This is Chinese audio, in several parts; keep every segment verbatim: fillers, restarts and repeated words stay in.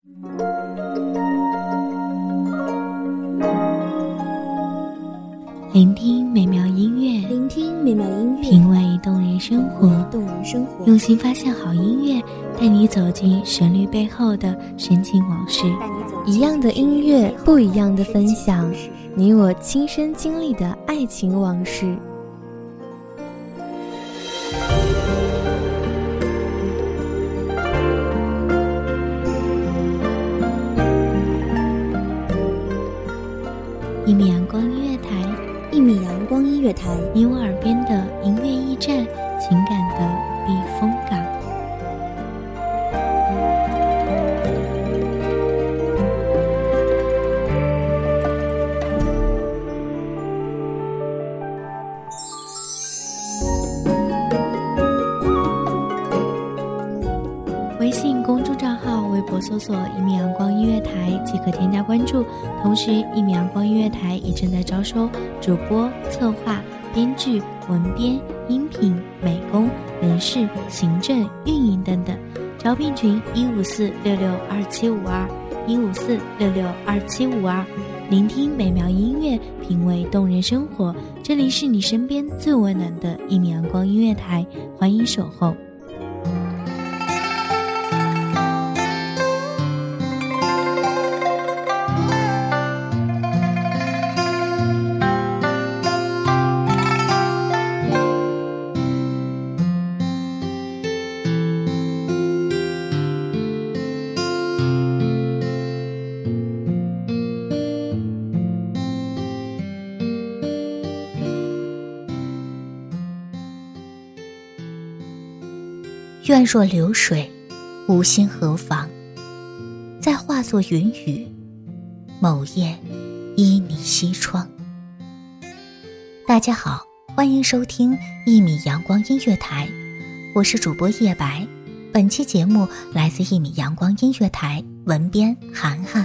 聆听美妙音乐， 聆听美妙音乐， 品味动人生活， 动人生活， 用心发现好音乐，带你走进旋律背后的深情往事。 一样的音乐，不一样的分享，你我亲身经历的爱情往事。 一米阳光音乐台， 一米阳光音乐台， 你我耳边的音乐驿站，情感的避风港。微信公众账号、微博搜索一米阳光音乐台即可添加关注。同时，一米阳光音乐台也正在招收主播、策划、编剧、文编、音频、美工、人事、行政、运营等等。招聘群一五四六六二七五二一五四六六二七五二。聆听美妙音乐，品味动人生活。这里是你身边最温暖的一米阳光音乐台，欢迎守候。 愿若流水，无心何妨？再化作云雨，某夜依你西窗。大家好，欢迎收听一米阳光音乐台，我是主播叶白。本期节目来自一米阳光音乐台，文编涵涵。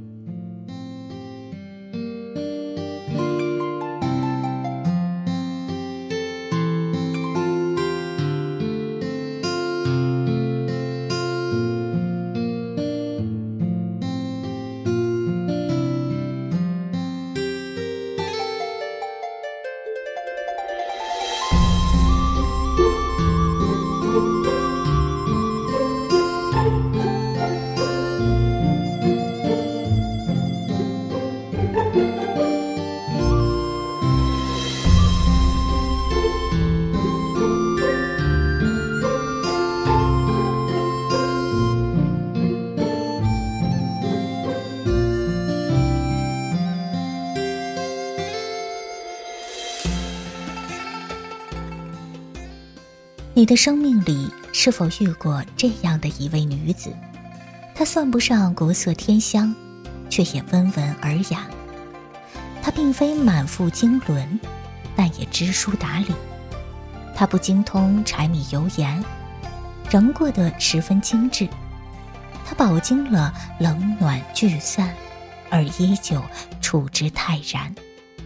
你的生命里是否遇过这样的一位女子？她算不上国色天香，却也温文尔雅。她并非满腹经纶，但也知书达理。她不精通柴米油盐，仍过得十分精致。她饱经了冷暖聚散，而依旧处之泰然。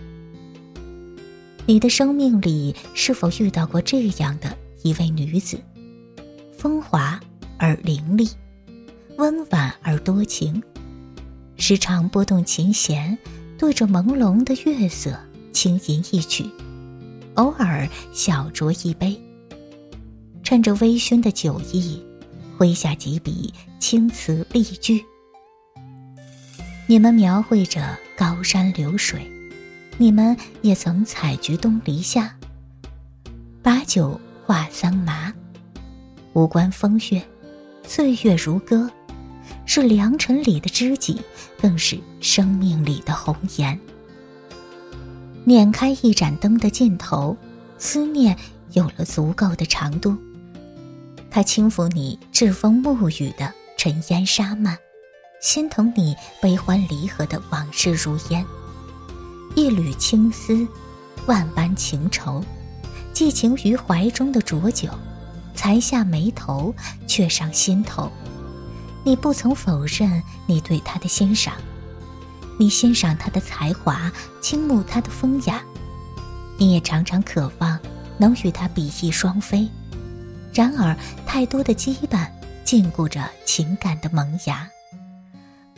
你的生命里是否遇到过这样的一位女子？风华而凌厉，温婉而多情，时常拨动琴弦，对着朦胧的月色轻吟一曲，偶尔小酌一杯，趁着微醺的酒意，挥下几笔青词丽句。你们描绘着高山流水，你们也曾采菊东篱下，把酒话桑麻，无关风月，岁月如歌，是良辰里的知己，更是生命里的红颜。捻开一盏灯的尽头，思念有了足够的长度，它轻抚你栉风沐雨的尘烟沙漫，心疼你悲欢离合的往事如烟。一缕青丝，万般情愁，寄情于怀中的浊酒，才下眉头，却上心头。你不曾否认你对他的欣赏，你欣赏他的才华，倾慕他的风雅，你也常常渴望能与他比翼双飞。然而太多的羁绊禁锢着情感的萌芽，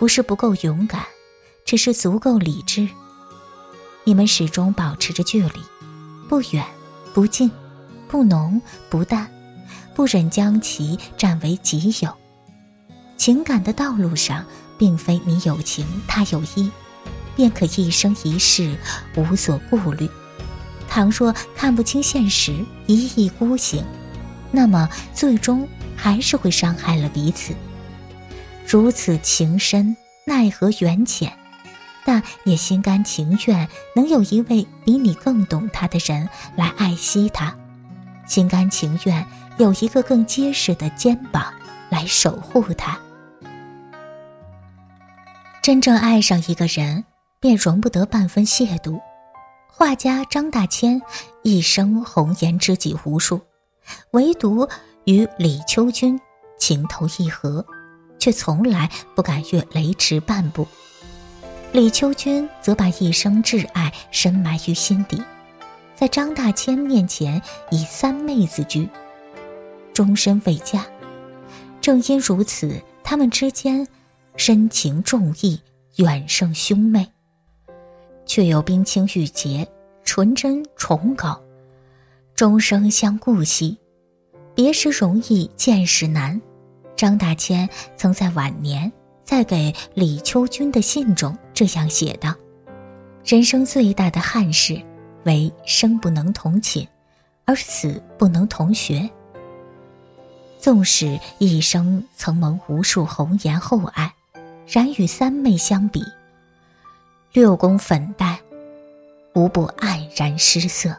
不是不够勇敢，只是足够理智。你们始终保持着距离，不远不近，不浓不淡，不忍将其占为己有。情感的道路上，并非你有情他有意，便可一生一世无所顾虑。倘若看不清现实，一意孤行，那么最终还是会伤害了彼此。如此情深，奈何缘浅，但也心甘情愿能有一位比你更懂他的人来爱惜他，心甘情愿有一个更结实的肩膀来守护他。真正爱上一个人，便容不得半分亵渎。画家张大千一生红颜知己无数，唯独与李秋君情投意合，却从来不敢越雷池半步。李秋君则把一生挚爱深埋于心底，在张大千面前以三妹子居，终身未嫁。正因如此，他们之间深情重义，远胜兄妹，却又冰清玉洁，纯真崇高，终生相顾惜。别时容易见时难，张大千曾在晚年在给李秋君的信中这样写道：人生最大的憾事，为生不能同寝，而死不能同穴。纵使一生曾蒙无数红颜厚爱，然与三妹相比，六宫粉黛无不黯然失色。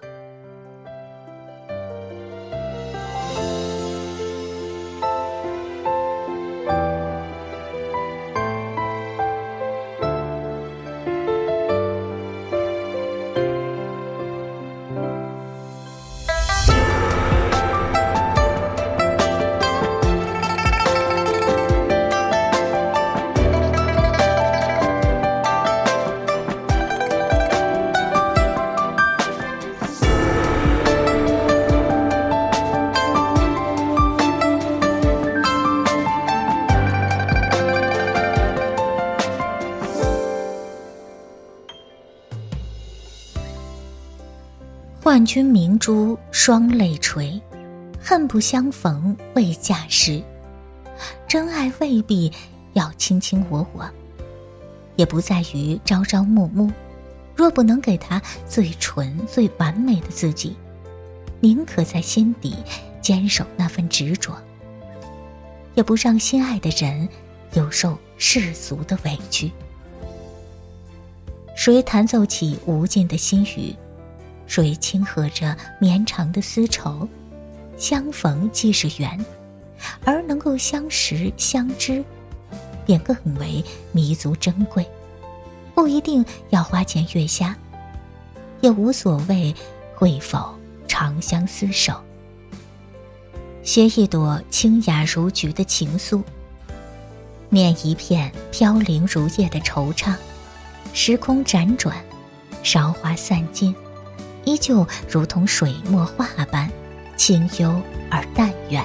万君明珠双泪垂，恨不相逢未嫁时。真爱未必要卿卿我我，也不在于朝朝暮暮。若不能给他最纯最完美的自己，宁可在心底坚守那份执着，也不让心爱的人有受世俗的委屈。谁弹奏起无尽的心语，谁轻和着绵长的丝绸。相逢即是缘，而能够相识相知，便更为弥足珍贵。不一定要花前月下，也无所谓会否长相厮守。写一朵清雅如菊的情愫，念一片飘零如叶的惆怅。时空辗转，韶华散尽，依旧如同水墨画般清幽而淡远。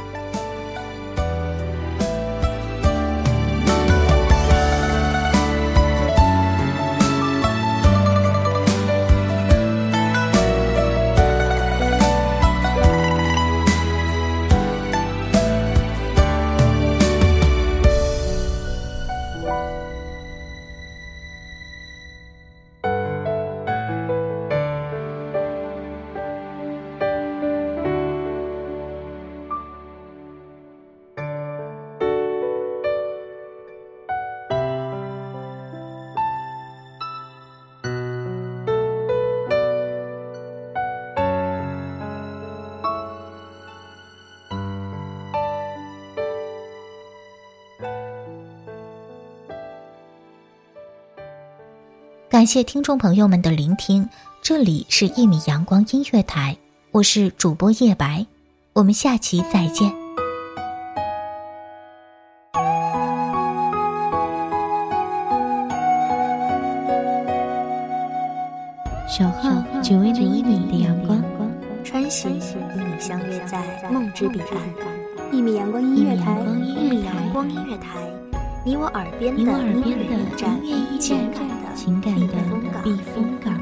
感谢听众朋友们的聆听，这里是一米阳光音乐台，我是主播叶白，我们下期再见。 守候只为那一米的阳光， 穿行与你相约在梦之彼岸。一米阳光音乐台，一米阳光音乐台， 你我耳边的你我耳边的音乐驿站， 音乐驿情站， 感的情感的避风港。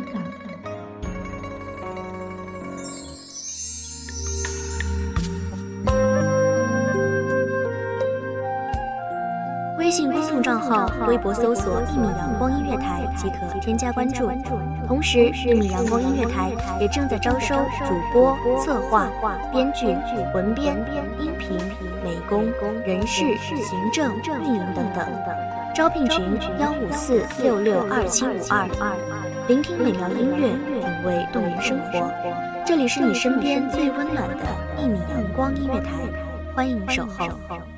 微信公众账号、微博搜索“一米阳光音乐台”即可添加关注。同时，一米阳光音乐台也正在招收主播、策划、编剧、文编、音频、美工、人事、行政、运营等等。招聘群：幺五四六六二七五二。聆听美妙音乐，品味动人生活。这里是你身边最温暖的一米阳光音乐台，欢迎守候。